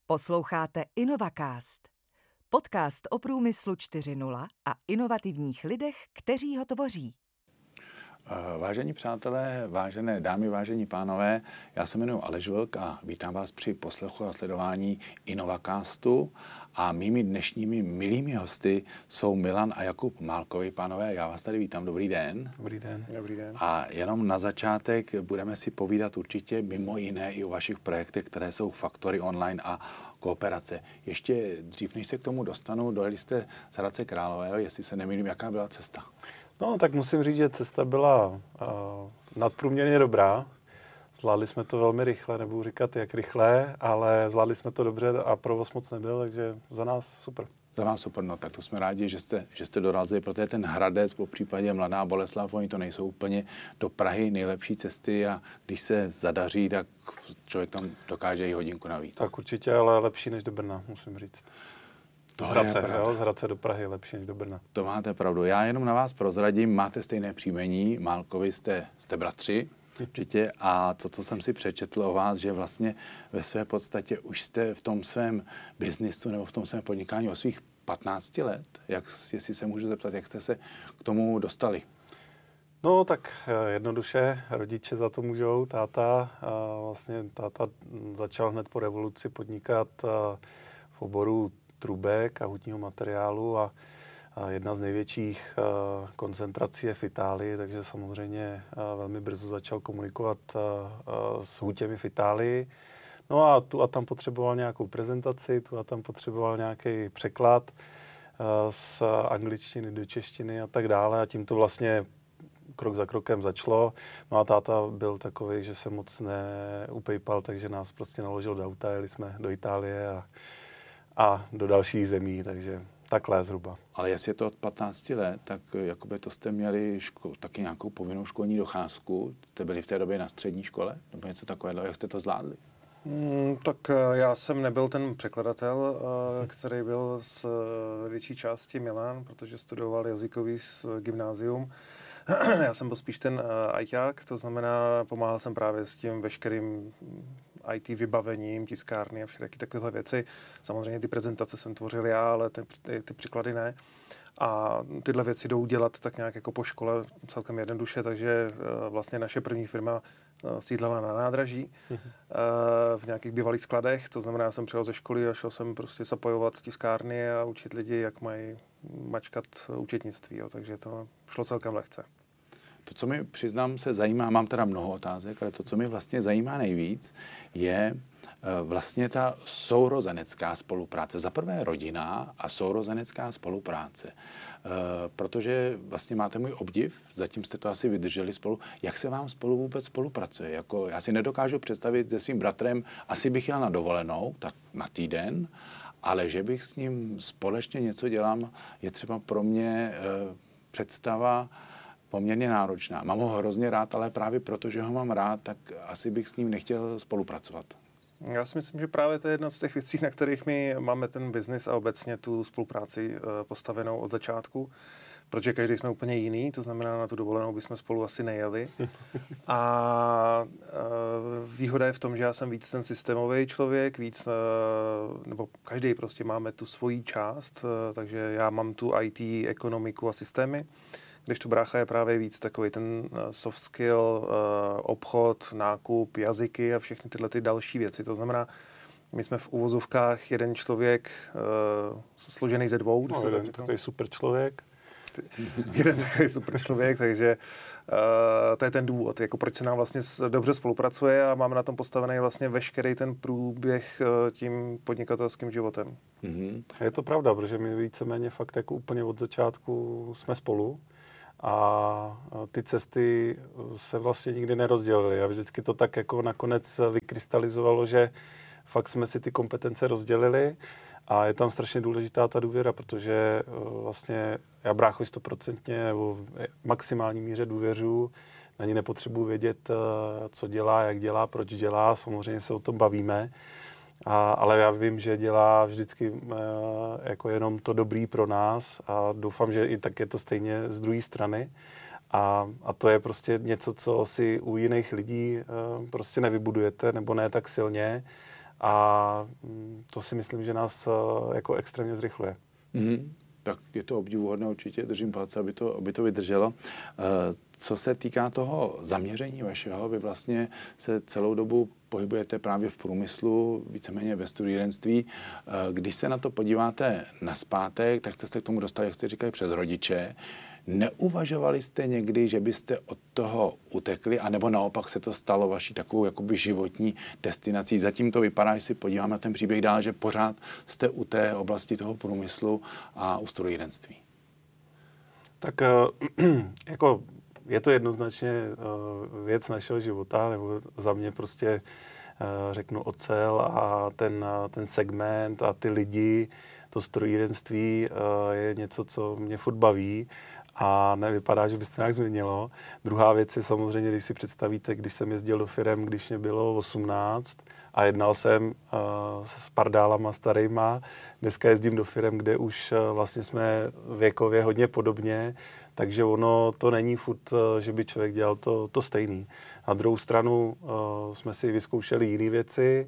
Posloucháte InnovaCast, podcast o průmyslu 4.0 a inovativních lidech, kteří ho tvoří. Vážení přátelé, vážené dámy, vážení pánové, já se jmenuji Aleš Vlk a vítám vás při poslechu a sledování InnovaCastu. A mými dnešními milými hosty jsou Milan a Jakub Málkovi. Pánové, já vás tady vítám. Dobrý den. Dobrý den. Dobrý den. A jenom na začátek budeme si povídat určitě mimo jiné i o vašich projektech, které jsou Faktory online a kooperace. Ještě dřív, než se k tomu dostanu, dojeli jste z Hradce Králové, jestli se nemýlím, jaká byla cesta? No, tak musím říct, že cesta byla nadprůměrně dobrá. Zvládli jsme to velmi rychle, nebudu říkat jak rychle, ale zvládli jsme to dobře a provoz moc nebyl, takže za nás super. Za vás super, no tak to jsme rádi, že jste dorazili, protože ten Hradec, po případě Mladá Boleslav, oni to nejsou úplně do Prahy nejlepší cesty a když se zadaří, tak člověk tam dokáže i hodinku navíc. Tak určitě, ale lepší než do Brna, musím říct. Z Hradce do Prahy je lepší než do Brna. To máte pravdu. Já jenom na vás prozradím, máte stejné příjmení, Málkovi jste bratři, určitě, a to, co jsem si přečetl o vás, že vlastně ve své podstatě už jste v tom svém biznisu nebo v tom svém podnikání o svých 15 let. Jestli se můžu zeptat, jak jste se k tomu dostali? No tak jednoduše, rodiče za to můžou, táta začal hned po revoluci podnikat v oboru trubek a hutního materiálu a jedna z největších koncentrací je v Itálii, takže samozřejmě velmi brzo začal komunikovat s hutěmi v Itálii. No a tu a tam potřeboval nějakou prezentaci, tu a tam potřeboval nějaký překlad z angličtiny do češtiny a tak dále a tím to vlastně krok za krokem začalo. No a táta byl takový, že se moc neupejpal, takže nás prostě naložil do auta, jeli jsme do Itálie a do dalších zemí, takže takhle zhruba. Ale jestli je to od 15 let, tak jakoby to jste měli taky nějakou povinnou školní docházku. Jste byli v té době na střední škole? Nebo něco takového? Jak jste to zvládli? Tak já jsem nebyl ten překladatel, který byl z větší části Milan, protože studoval jazykový gymnázium. Já jsem byl spíš ten ajťák, to znamená, pomáhal jsem právě s tím veškerým IT vybavením, tiskárny a všechny takovéhle věci. Samozřejmě ty prezentace jsem tvořil já, ale ty překlady ne. A tyhle věci jdou dělat tak nějak jako po škole celkem jednoduše, takže vlastně naše první firma sídlela na nádraží v nějakých bývalých skladech. To znamená, já jsem přijel ze školy a šel jsem prostě zapojovat tiskárny a učit lidi, jak mají mačkat účetnictví. Jo. Takže to šlo celkem lehce. To, co mi, přiznám, se zajímá, mám teda mnoho otázek, ale to, co mi vlastně zajímá nejvíc, je vlastně ta sourozenecká spolupráce. Za prvé rodina a sourozenecká spolupráce. Protože vlastně máte můj obdiv, zatím jste to asi vydrželi spolu. Jak se vám spolu vůbec spolupracuje? Jako, já si nedokážu představit se svým bratrem, asi bych jel na dovolenou, tak na týden, ale že bych s ním společně něco dělal, je třeba pro mě představa poměrně náročná. Mám ho hrozně rád, ale právě proto, že ho mám rád, tak asi bych s ním nechtěl spolupracovat. Já si myslím, že právě to je jedna z těch věcí, na kterých my máme ten biznis a obecně tu spolupráci postavenou od začátku, protože každý jsme úplně jiný, to znamená, na tu dovolenou bychom spolu asi nejeli. A výhoda je v tom, že já jsem víc ten systémový člověk, nebo každý prostě máme tu svoji část, takže já mám tu IT, ekonomiku a systémy, kdežto brácha je právě víc takový ten soft skill, obchod, nákup, jazyky a všechny tyhle ty další věci. To znamená, my jsme v uvozovkách jeden člověk složený ze dvou. Jeden takový super člověk. Jeden takový super člověk, takže to je ten důvod, jako proč se nám vlastně dobře spolupracuje a máme na tom postavený vlastně veškerý ten průběh tím podnikatelským životem. Mm-hmm. Je to pravda, protože my víceméně fakt jako úplně od začátku jsme spolu. A ty cesty se vlastně nikdy nerozdělily. A vždycky to tak jako nakonec vykrystalizovalo, že fakt jsme si ty kompetence rozdělili a je tam strašně důležitá ta důvěra, protože vlastně já bráchovi 100% nebo v maximální míře důvěřuji, na ní nepotřebuji vědět, co dělá, jak dělá, proč dělá, samozřejmě se o tom bavíme. Ale já vím, že dělá vždycky jako jenom to dobrý pro nás a doufám, že i tak je to stejně z druhé strany. A to je prostě něco, co si u jiných lidí prostě nevybudujete, nebo ne tak silně. a to si myslím, že nás jako extrémně zrychluje. Tak je to obdivuhodné, určitě držím palce, aby to vydrželo. Co se týká toho zaměření vašeho, vy vlastně se celou dobu pohybujete právě v průmyslu, víceméně ve strojírenství. Když se na to podíváte nazpátek, tak jste se k tomu dostali, jak jste říkali, přes rodiče. Neuvažovali jste někdy, že byste od toho utekli, anebo naopak se to stalo vaší takovou jakoby životní destinací? Zatím to vypadá, když si podívám na ten příběh dál, že pořád jste u té oblasti toho průmyslu a u strojírenství. Tak jako je to jednoznačně věc našeho života, nebo za mě prostě řeknu ocel a ten segment a ty lidi, to strojírenství je něco, co mě furt baví a nevypadá, že by se to nějak změnilo. Druhá věc je samozřejmě, když si představíte, když jsem jezdil do firem, když mě bylo 18 a jednal jsem s pardálama starýma. Dneska jezdím do firem, kde už vlastně jsme věkově hodně podobně, takže ono to není furt, že by člověk dělal to stejný. Na druhou stranu jsme si vyzkoušeli jiné věci,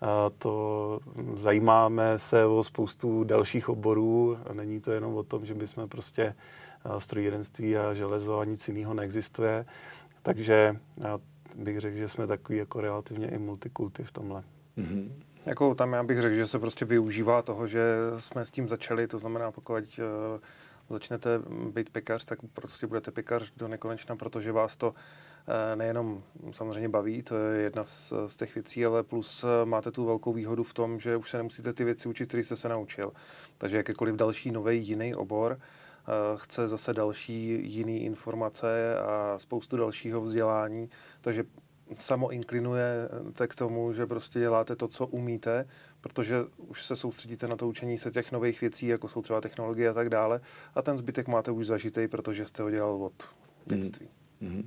zajímáme se o spoustu dalších oborů, není to jenom o tom, že bychom prostě strojírenství a železo a nic jiného neexistuje, takže já bych řekl, že jsme takový jako relativně i multikulty v tomhle. Mm-hmm. Jako tam já bych řekl, že se prostě využívá toho, že jsme s tím začali, to znamená, pokud začnete být pekař, tak prostě budete pekař do nekonečna, protože vás to nejenom samozřejmě baví, to je jedna z těch věcí, ale plus máte tu velkou výhodu v tom, že už se nemusíte ty věci učit, které jste se naučil. Takže jakýkoliv další nový jiný obor chce zase další jiný informace a spoustu dalšího vzdělání, takže samo inklinujete k tomu, že prostě děláte to, co umíte, protože už se soustředíte na to učení se těch nových věcí, jako jsou třeba technologie a tak dále, a ten zbytek máte už zažitej, protože jste ho dělal od dětství. Mm-hmm.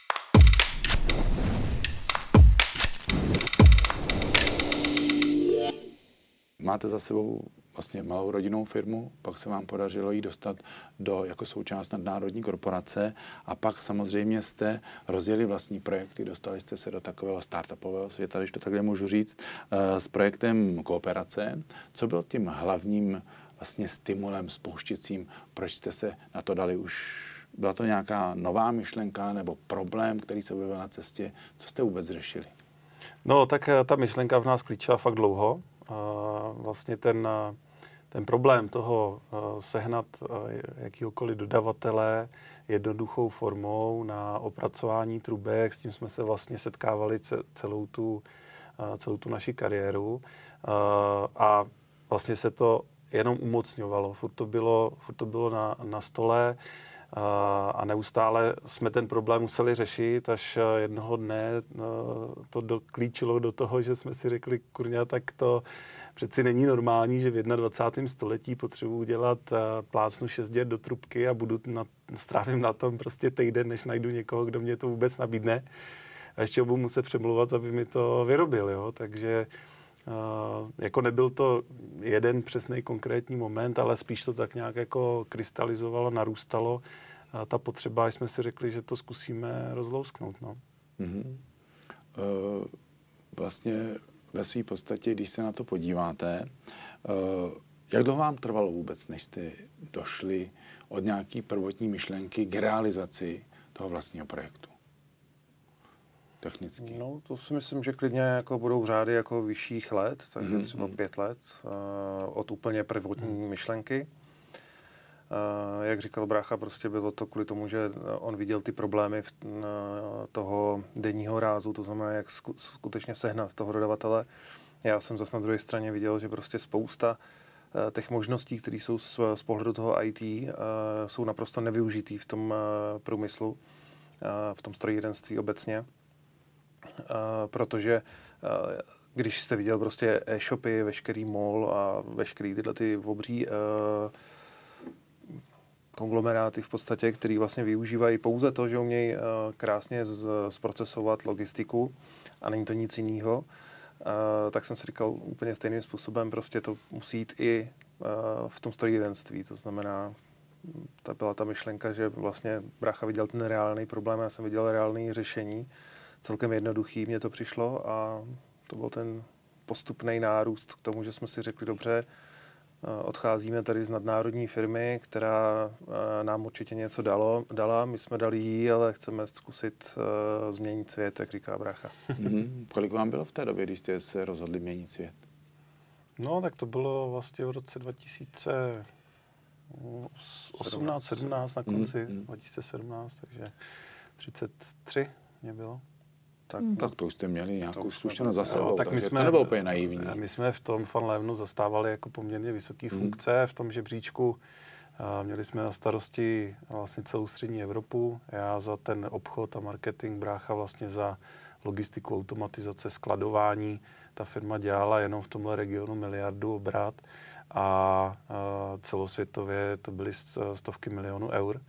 Máte za sebou vlastně malou rodinnou firmu, pak se vám podařilo ji dostat jako součást nadnárodní korporace a pak samozřejmě jste rozjeli vlastní projekty, dostali jste se do takového startupového světa, když to takhle můžu říct, s projektem Kooperace. Co byl tím hlavním vlastně stimulem, spouštěcím, proč jste se na to dali už? Byla to nějaká nová myšlenka nebo problém, který se objevil na cestě? Co jste vůbec řešili? No, tak ta myšlenka v nás klíčila fakt dlouho. Vlastně ten problém toho sehnat jakýhokoliv dodavatele jednoduchou formou na opracování trubek, s tím jsme se vlastně setkávali celou tu naši kariéru a vlastně se to jenom umocňovalo. Furt to bylo na stole a neustále jsme ten problém museli řešit, až jednoho dne to doklíčilo do toho, že jsme si řekli, kurňa, tak to přeci není normální, že v 21. století potřebuji udělat plácnu 6 děr do trubky a strávím na tom prostě týden, než najdu někoho, kdo mě to vůbec nabídne. A ještě budu muset přemlouvat, aby mi to vyrobil, jo. Takže jako nebyl to jeden přesný konkrétní moment, ale spíš to tak nějak jako krystalizovalo, narůstalo ta potřeba, jsme si řekli, že to zkusíme rozlousknout. No. Mm-hmm. Vlastně ve své podstatě, když se na to podíváte, jak dlouho vám trvalo vůbec, než jste došli od nějaký prvotní myšlenky k realizaci toho vlastního projektu? Technicky. No, to si myslím, že klidně jako budou řády jako vyšších let, takže třeba 5 let od úplně prvotní myšlenky. Jak říkal brácha, prostě bylo to kvůli tomu, že on viděl ty problémy toho denního rázu, to znamená, jak skutečně sehnat toho dodavatele. Já jsem zase na druhé straně viděl, že prostě spousta těch možností, které jsou z pohledu toho IT, jsou naprosto nevyužitý v tom průmyslu, v tom strojírenství obecně. Protože když jste viděl prostě e-shopy, veškerý mall a veškerý tyhle ty obří konglomeráty v podstatě, který vlastně využívají pouze to, že umějí krásně zprocesovat logistiku a není to nic jiného, tak jsem si říkal úplně stejným způsobem, prostě to musí jít i v tom strojírenství. To znamená, ta byla ta myšlenka, že vlastně brácha viděl ten reálný problém, já jsem viděl reálné řešení. Celkem jednoduchý mně to přišlo a to byl ten postupný nárůst k tomu, že jsme si řekli, dobře, odcházíme tady z nadnárodní firmy, která nám určitě něco dala, my jsme dali jí, ale chceme zkusit změnit svět, jak říká brácha. Kolik vám bylo v té době, když jste se rozhodli měnit svět? No, tak to bylo vlastně v roce 17 na konci 2017, takže 33 mě bylo. Tak to už jste měli nějakou zkušenost za sebou, tak my jsme, to nebylo úplně naivní. My jsme v tom Van Levenu zastávali jako poměrně vysoké funkce v tom žebříčku. Měli jsme na starosti vlastně celou střední Evropu. Já za ten obchod a marketing, brácha vlastně za logistiku, automatizace, skladování. Ta firma dělala jenom v tomhle regionu miliardu obrat a celosvětově to byly stovky milionů eur.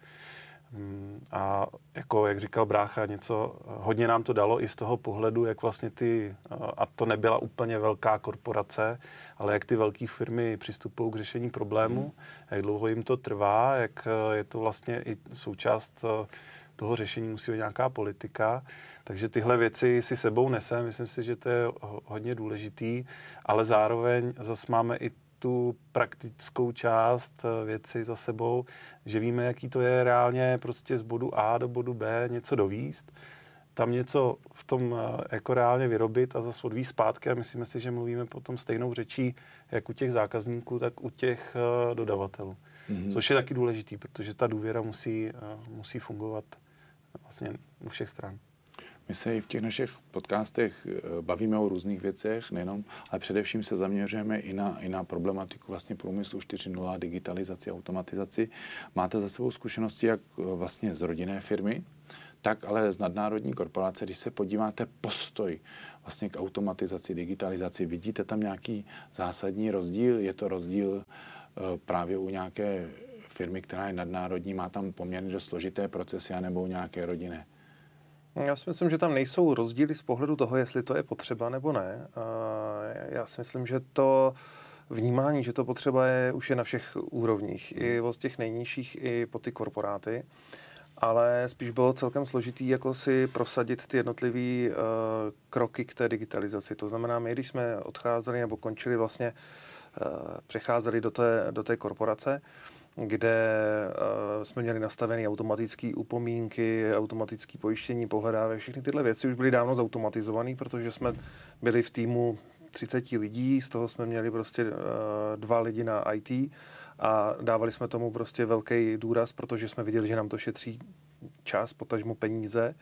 A jako, jak říkal brácha, hodně nám to dalo i z toho pohledu, jak vlastně a to nebyla úplně velká korporace, ale jak ty velké firmy přistupují k řešení problému, jak dlouho jim to trvá, jak je to vlastně i součást toho řešení, musí být nějaká politika. Takže tyhle věci si sebou nesem, myslím si, že to je hodně důležitý, ale zároveň zase máme i tu praktickou část věci za sebou, že víme, jaký to je reálně prostě z bodu A do bodu B něco dovíst, tam něco v tom jako reálně vyrobit a zase odvízt zpátky a myslíme si, že mluvíme potom stejnou řečí jak u těch zákazníků, tak u těch dodavatelů. Což je taky důležitý, protože ta důvěra musí fungovat vlastně u všech stran. My se i v těch našich podcastech bavíme o různých věcech, nejenom, ale především se zaměřujeme i na problematiku vlastně průmyslu 4.0, digitalizaci, automatizaci. Máte za sebou zkušenosti jak vlastně z rodinné firmy, tak ale z nadnárodní korporace. Když se podíváte postoj vlastně k automatizaci, digitalizaci, vidíte tam nějaký zásadní rozdíl? Je to rozdíl právě u nějaké firmy, která je nadnárodní, má tam poměrně dost složité procesy, anebo u nějaké rodinné? Já si myslím, že tam nejsou rozdíly z pohledu toho, jestli to je potřeba nebo ne. Já si myslím, že to vnímání, že to potřeba je, už je na všech úrovních. I od těch nejnižších, i po ty korporáty. Ale spíš bylo celkem složitý jako si prosadit ty jednotlivé kroky k té digitalizaci. To znamená, my, když jsme odcházeli nebo končili vlastně, přecházeli do té korporace, kde jsme měli nastavené automatické upomínky, automatické pojištění, pohledávek, všechny tyhle věci už byly dávno zautomatizované, protože jsme byli v týmu 30 lidí, z toho jsme měli prostě 2 lidi na IT a dávali jsme tomu prostě velký důraz, protože jsme viděli, že nám to šetří čas, potažmo peníze.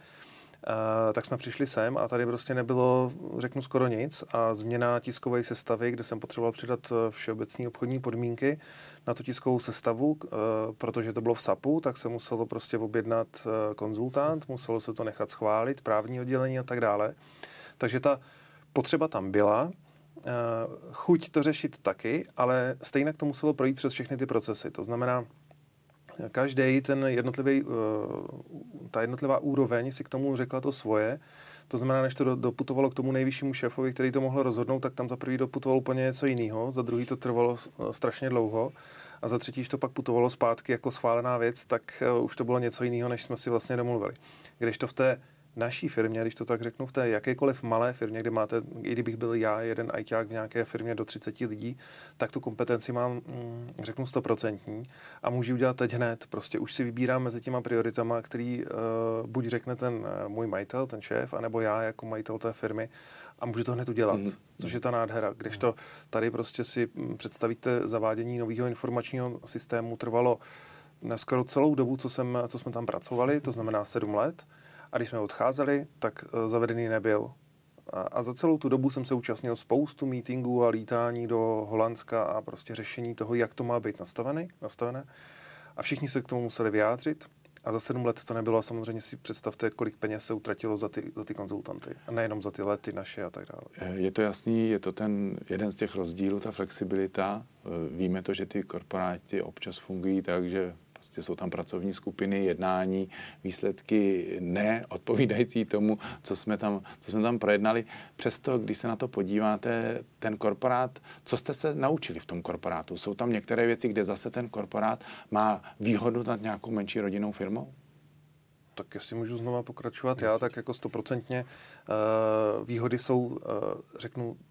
Tak jsme přišli sem a tady prostě nebylo, řeknu, skoro nic a změna tiskové sestavy, kde jsem potřeboval přidat všeobecné obchodní podmínky na tu tiskovou sestavu, protože to bylo v SAPu, tak se muselo prostě objednat konzultant, muselo se to nechat schválit, právní oddělení a tak dále. Takže ta potřeba tam byla, chuť to řešit taky, ale stejně to muselo projít přes všechny ty procesy. To znamená, každý ta jednotlivá úroveň si k tomu řekla to svoje. To znamená, než to doputovalo k tomu nejvyššímu šéfovi, který to mohl rozhodnout, tak tam za prvý doputovalo úplně něco jiného, za druhý to trvalo strašně dlouho a za třetí, když to pak putovalo zpátky jako schválená věc, tak už to bylo něco jiného, než jsme si vlastně domluvili. Když to v té naší firmě, když to tak řeknu, v té jakékoliv malé firmě, kde máte, i kdybych byl já jeden ajťák v nějaké firmě do 30 lidí, tak tu kompetenci mám, řeknu, 100% a můžu udělat teď hned. Prostě už si vybírám mezi těma prioritama, který buď řekne ten můj majitel, ten šéf, anebo já jako majitel té firmy a můžu to hned udělat, což je ta nádhera. Když to tady prostě si představíte zavádění nového informačního systému trvalo na skoro celou dobu, co jsme tam pracovali, to znamená 7 let. A když jsme odcházeli, tak zavedený nebyl. A za celou tu dobu jsem se účastnil spoustu meetingů a lítání do Holandska a prostě řešení toho, jak to má být nastavené. A všichni se k tomu museli vyjádřit. A za 7 let to nebylo. A samozřejmě si představte, kolik peněz se utratilo za ty konzultanty. A nejenom za ty lety naše a tak dále. Je to jasný, je to ten jeden z těch rozdílů, ta flexibilita. Víme to, že ty korporáty občas fungují tak, že prostě jsou tam pracovní skupiny, jednání, výsledky neodpovídající tomu, co jsme tam projednali. Přesto, když se na to podíváte, ten korporát, co jste se naučili v tom korporátu? Jsou tam některé věci, kde zase ten korporát má výhodu nad nějakou menší rodinnou firmou? Tak jestli můžu znova pokračovat, já tak jako 100%. Výhody jsou, řeknu,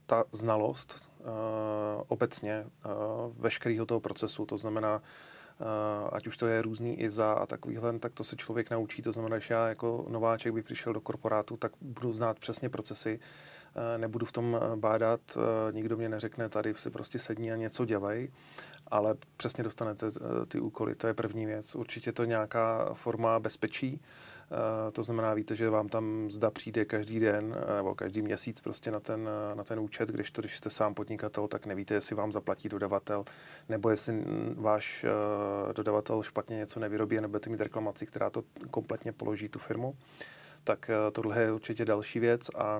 ta znalost obecně veškerého toho procesu, to znamená, ať už to je různý ISA a takovýhle, tak to se člověk naučí. To znamená, že já jako nováček bych přišel do korporátu, tak budu znát přesně procesy, nebudu v tom bádat, nikdo mě neřekne, tady si prostě sedni a něco dělej, ale přesně dostanete ty úkoly, to je první věc. Určitě to nějaká forma bezpečí, to znamená, víte, že vám tam zda přijde každý den nebo každý měsíc prostě na ten účet, když jste sám podnikatel, tak nevíte, jestli vám zaplatí dodavatel, nebo jestli váš dodavatel špatně něco nevyrobí, nebo budete mít reklamaci, která to kompletně položí tu firmu. Tak tohle je určitě další věc a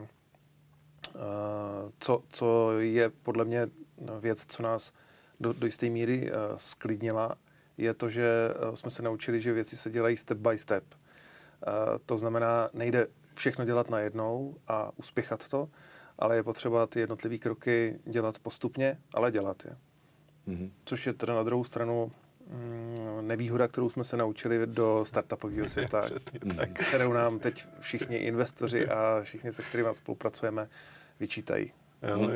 co je podle mě věc, co nás do jisté míry sklidnila, je to, že jsme se naučili, že věci se dělají step by step. To znamená, nejde všechno dělat najednou a uspěchat to, ale je potřeba ty jednotlivé kroky dělat postupně, ale dělat je. Mm-hmm. Což je teda na druhou stranu nevýhoda, kterou jsme se naučili do startupového světa, kterou nám teď všichni investoři a všichni, se kterými spolupracujeme, vyčítají. Jo,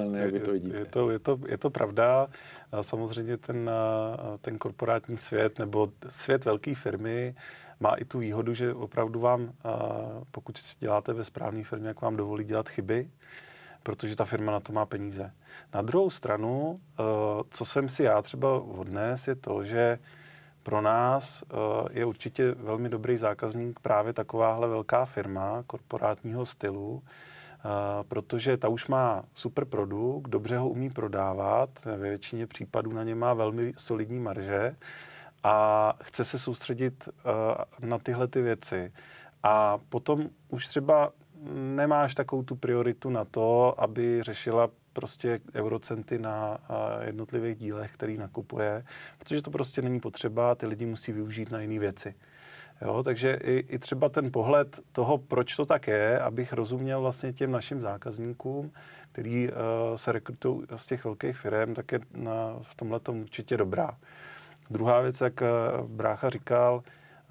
je to pravda. Samozřejmě ten korporátní svět nebo svět velké firmy má i tu výhodu, že opravdu vám, pokud děláte ve správné firmě, jak vám dovolí dělat chyby, protože ta firma na to má peníze. Na druhou stranu, co jsem si já třeba odnes, je to, že pro nás je určitě velmi dobrý zákazník právě takováhle velká firma korporátního stylu, protože ta už má super produkt, dobře ho umí prodávat, ve většině případů na ně má velmi solidní marže a chce se soustředit na tyhle ty věci. A potom už třeba nemáš takovou tu prioritu na to, aby řešila prostě eurocenty na jednotlivých dílech, který nakupuje, protože to prostě není potřeba, ty lidi musí využít na jiné věci. Jo, takže i třeba ten pohled toho, proč to tak je, abych rozuměl vlastně těm našim zákazníkům, který se rekrutují z těch velkých firm, tak je v tomhletom určitě dobrá. Druhá věc, jak brácha říkal,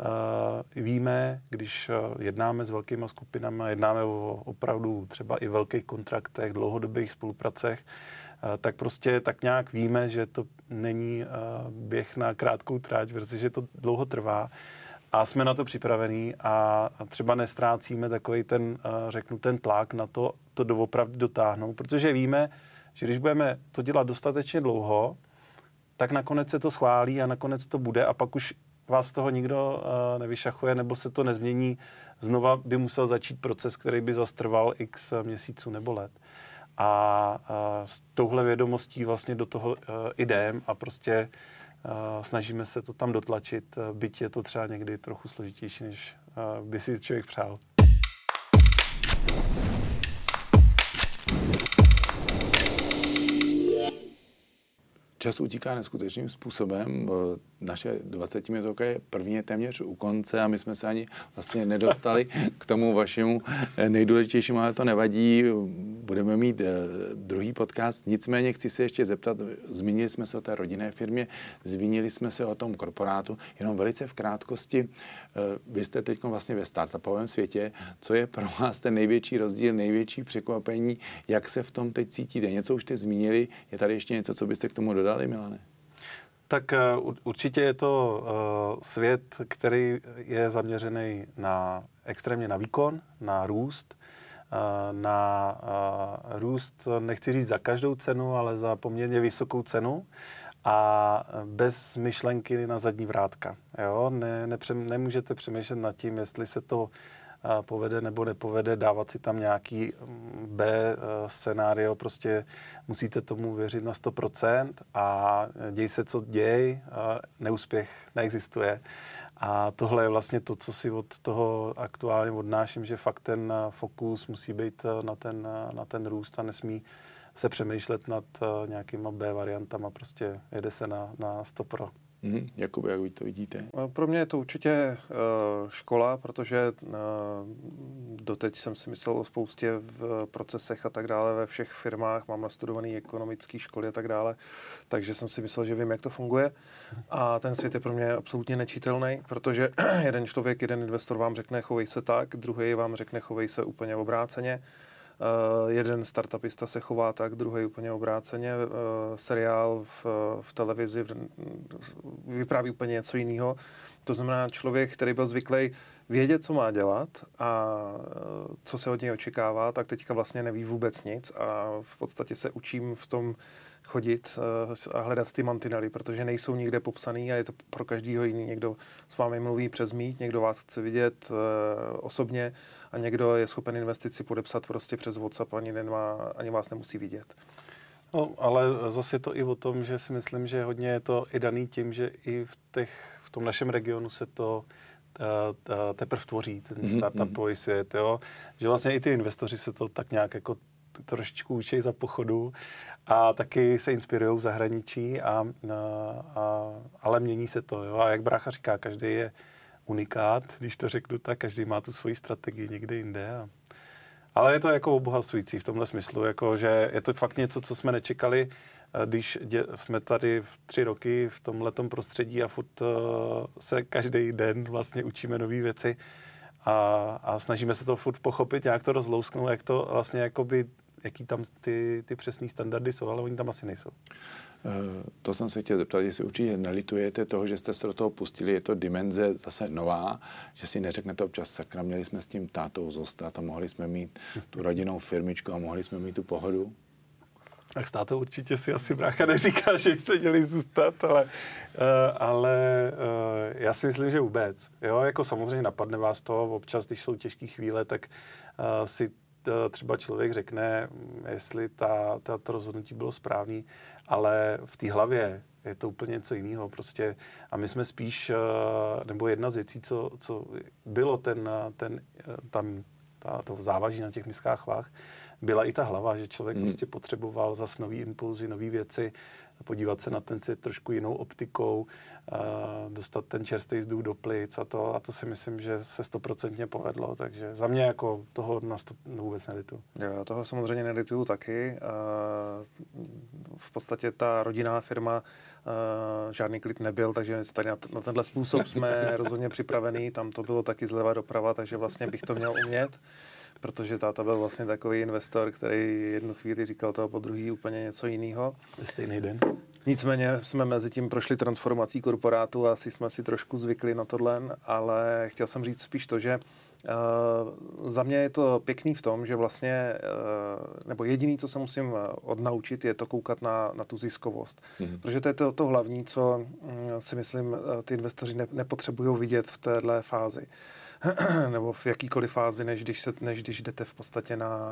víme, když jednáme s velkýma skupinami, jednáme o opravdu třeba i velkých kontraktech, dlouhodobých spolupracech, tak prostě tak nějak víme, že to není běh na krátkou trať, protože to dlouho trvá. A jsme na to připravení a třeba nestrácíme takový ten tlak na to doopravdy dotáhnout, protože víme, že když budeme to dělat dostatečně dlouho, tak nakonec se to schválí a nakonec to bude a pak už vás z toho nikdo nevyšachuje nebo se to nezmění. Znova by musel začít proces, který by zastrval x měsíců nebo let. A s touhle vědomostí vlastně do toho jdem a prostě snažíme se to tam dotlačit, byť je to třeba někdy trochu složitější, než by si člověk přál. Čas utíká neskutečným způsobem. Naše 20-minutovka je prvně téměř u konce a my jsme se ani vlastně nedostali k tomu vašemu nejdůležitějšímu, ale to nevadí. Budeme mít druhý podcast. Nicméně chci se ještě zeptat, zmínili jsme se o té rodinné firmě, zmínili jsme se o tom korporátu, jenom velice v krátkosti. Vy jste teď vlastně ve startupovém světě. Co je pro vás ten největší rozdíl, největší překvapení, jak se v tom teď cítíte? Něco už jste zmínili, je tady ještě něco, co byste k tomu dodali, Milane? Tak určitě je to svět, který je zaměřený extrémně na výkon, na růst, nechci říct za každou cenu, ale za poměrně vysokou cenu a bez myšlenky na zadní vrátka. Jo? Nemůžete přemýšlet nad tím, jestli se to povede nebo nepovede, dávat si tam nějaký B scénário, prostě musíte tomu věřit na 100% a děj se, co děj, neúspěch neexistuje. A tohle je vlastně to, co si od toho aktuálně odnáším, že fakt ten fokus musí být na ten růst a nesmí se přemýšlet nad nějakýma B variantama, prostě jede se na 100%. Jakube, jak vy to vidíte? Pro mě je to určitě škola, protože doteď jsem si myslel o spoustě v procesech a tak dále ve všech firmách, mám nastudovaný ekonomický školy a tak dále, takže jsem si myslel, že vím, jak to funguje a ten svět je pro mě absolutně nečitelný, protože jeden investor vám řekne, chovej se tak, druhý vám řekne, chovej se úplně obráceně. Jeden startupista se chová tak, druhý úplně obráceně. Seriál v televizi vypráví úplně něco jiného. To znamená, člověk, který byl zvyklý vědět, co má dělat a co se od něj očekává, tak teďka vlastně neví vůbec nic a v podstatě se učím v tom chodit a hledat ty mantinely, protože nejsou nikde popsaný a je to pro každýho jiný. Někdo s vámi mluví přes Meet, někdo vás chce vidět osobně a někdo je schopen investici podepsat prostě přes WhatsApp, ani vás nemusí vidět. No, ale zase je to i o tom, že si myslím, že hodně je to i daný tím, že i v tom našem regionu se to teprve tvoří, ten startupový svět, jo? Že vlastně i ty investoři se to tak nějak jako trošičku učí za pochodu a taky se inspirují v zahraničí, ale mění se to. Jo? A jak brácha říká, každý je unikát, když to řeknu tak, každý má tu svoji strategii někde jinde. Ale je to jako obohacující v tomhle smyslu, jako, že je to fakt něco, co jsme nečekali, když jsme tady 3 roky v tomhletom prostředí a furt se každý den vlastně učíme nové věci a snažíme se to furt pochopit, nějak to rozlousknout, jak to vlastně jakoby, jaký tam ty přesný standardy jsou, ale oni tam asi nejsou. To jsem se chtěl zeptat, jestli určitě nelitujete toho, že jste se do toho pustili, je to dimenze zase nová, že si neřeknete občas, sakra, měli jsme s tím tátou zůstat a mohli jsme mít tu rodinnou firmičku a mohli jsme mít tu pohodu? Tak s tátou určitě si asi brácha neříká, že jste měli zůstat, ale já si myslím, že vůbec. Jo, jako samozřejmě napadne vás to občas, když jsou těžké chvíle, tak si třeba člověk řekne, jestli to rozhodnutí bylo správný, ale v té hlavě je to úplně něco jiného. Prostě. A my jsme spíš, nebo jedna z věcí, co bylo to závaží na těch miskách vah, byla i ta hlava, že člověk prostě potřeboval zas nový impulzy, nový věci, podívat se na ten svět trošku jinou optikou, dostat ten čerstvý vzduch do plic a to si myslím, že se 100% povedlo, takže za mě jako toho vůbec nelituju. Jo, toho samozřejmě nelituju taky. V podstatě ta rodinná firma žádný klid nebyl, takže tady na tenhle způsob jsme rozhodně připravený, tam to bylo taky zleva doprava, takže vlastně bych to měl umět. Protože táta byl vlastně takový investor, který jednu chvíli říkal toho, po druhý úplně něco jiného. Stejný den. Nicméně jsme mezi tím prošli transformací korporátu a asi jsme si trošku zvykli na tohle, ale chtěl jsem říct spíš to, že za mě je to pěkný v tom, že vlastně, nebo jediný, co se musím odnaučit, je to koukat na tu ziskovost. Protože to je to hlavní, co si myslím, ty investoři nepotřebují vidět v téhle fázi. Nebo v jakýkoliv fázi, než když jdete v podstatě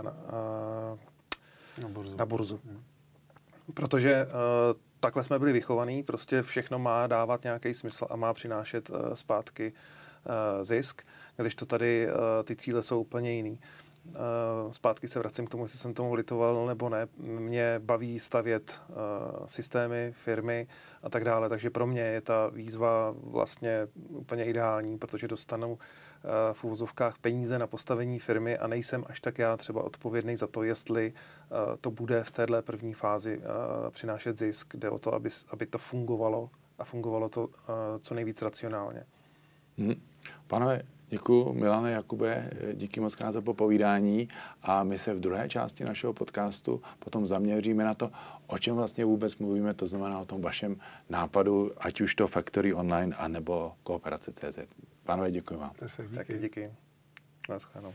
na burzu. Protože takhle jsme byli vychovaní, prostě všechno má dávat nějaký smysl a má přinášet zpátky zisk, když to tady ty cíle jsou úplně jiný. Zpátky se vracím k tomu, jestli jsem tomu litoval nebo ne. Mě baví stavět systémy, firmy a tak dále, takže pro mě je ta výzva vlastně úplně ideální, protože dostanu v uvozovkách peníze na postavení firmy a nejsem až tak já třeba odpovědný za to, jestli to bude v téhle první fázi přinášet zisk. Jde o to, aby to fungovalo a fungovalo to co nejvíc racionálně. Pánové, děkuji, Milane, Jakube, díky moc krát za popovídání a my se v druhé části našeho podcastu potom zaměříme na to, o čem vlastně vůbec mluvíme, to znamená o tom vašem nápadu, ať už to Factory Online, anebo Kooperace.cz. Pánové, děkuji vám. Perfekt, díky. Taky díky. Naschledanou.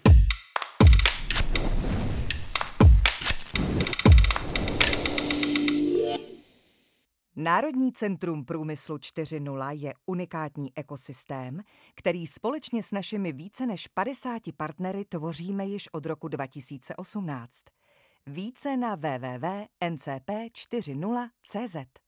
Národní centrum průmyslu 4.0 je unikátní ekosystém, který společně s našimi více než 50 partnery tvoříme již od roku 2018. Více na www.ncp40.cz.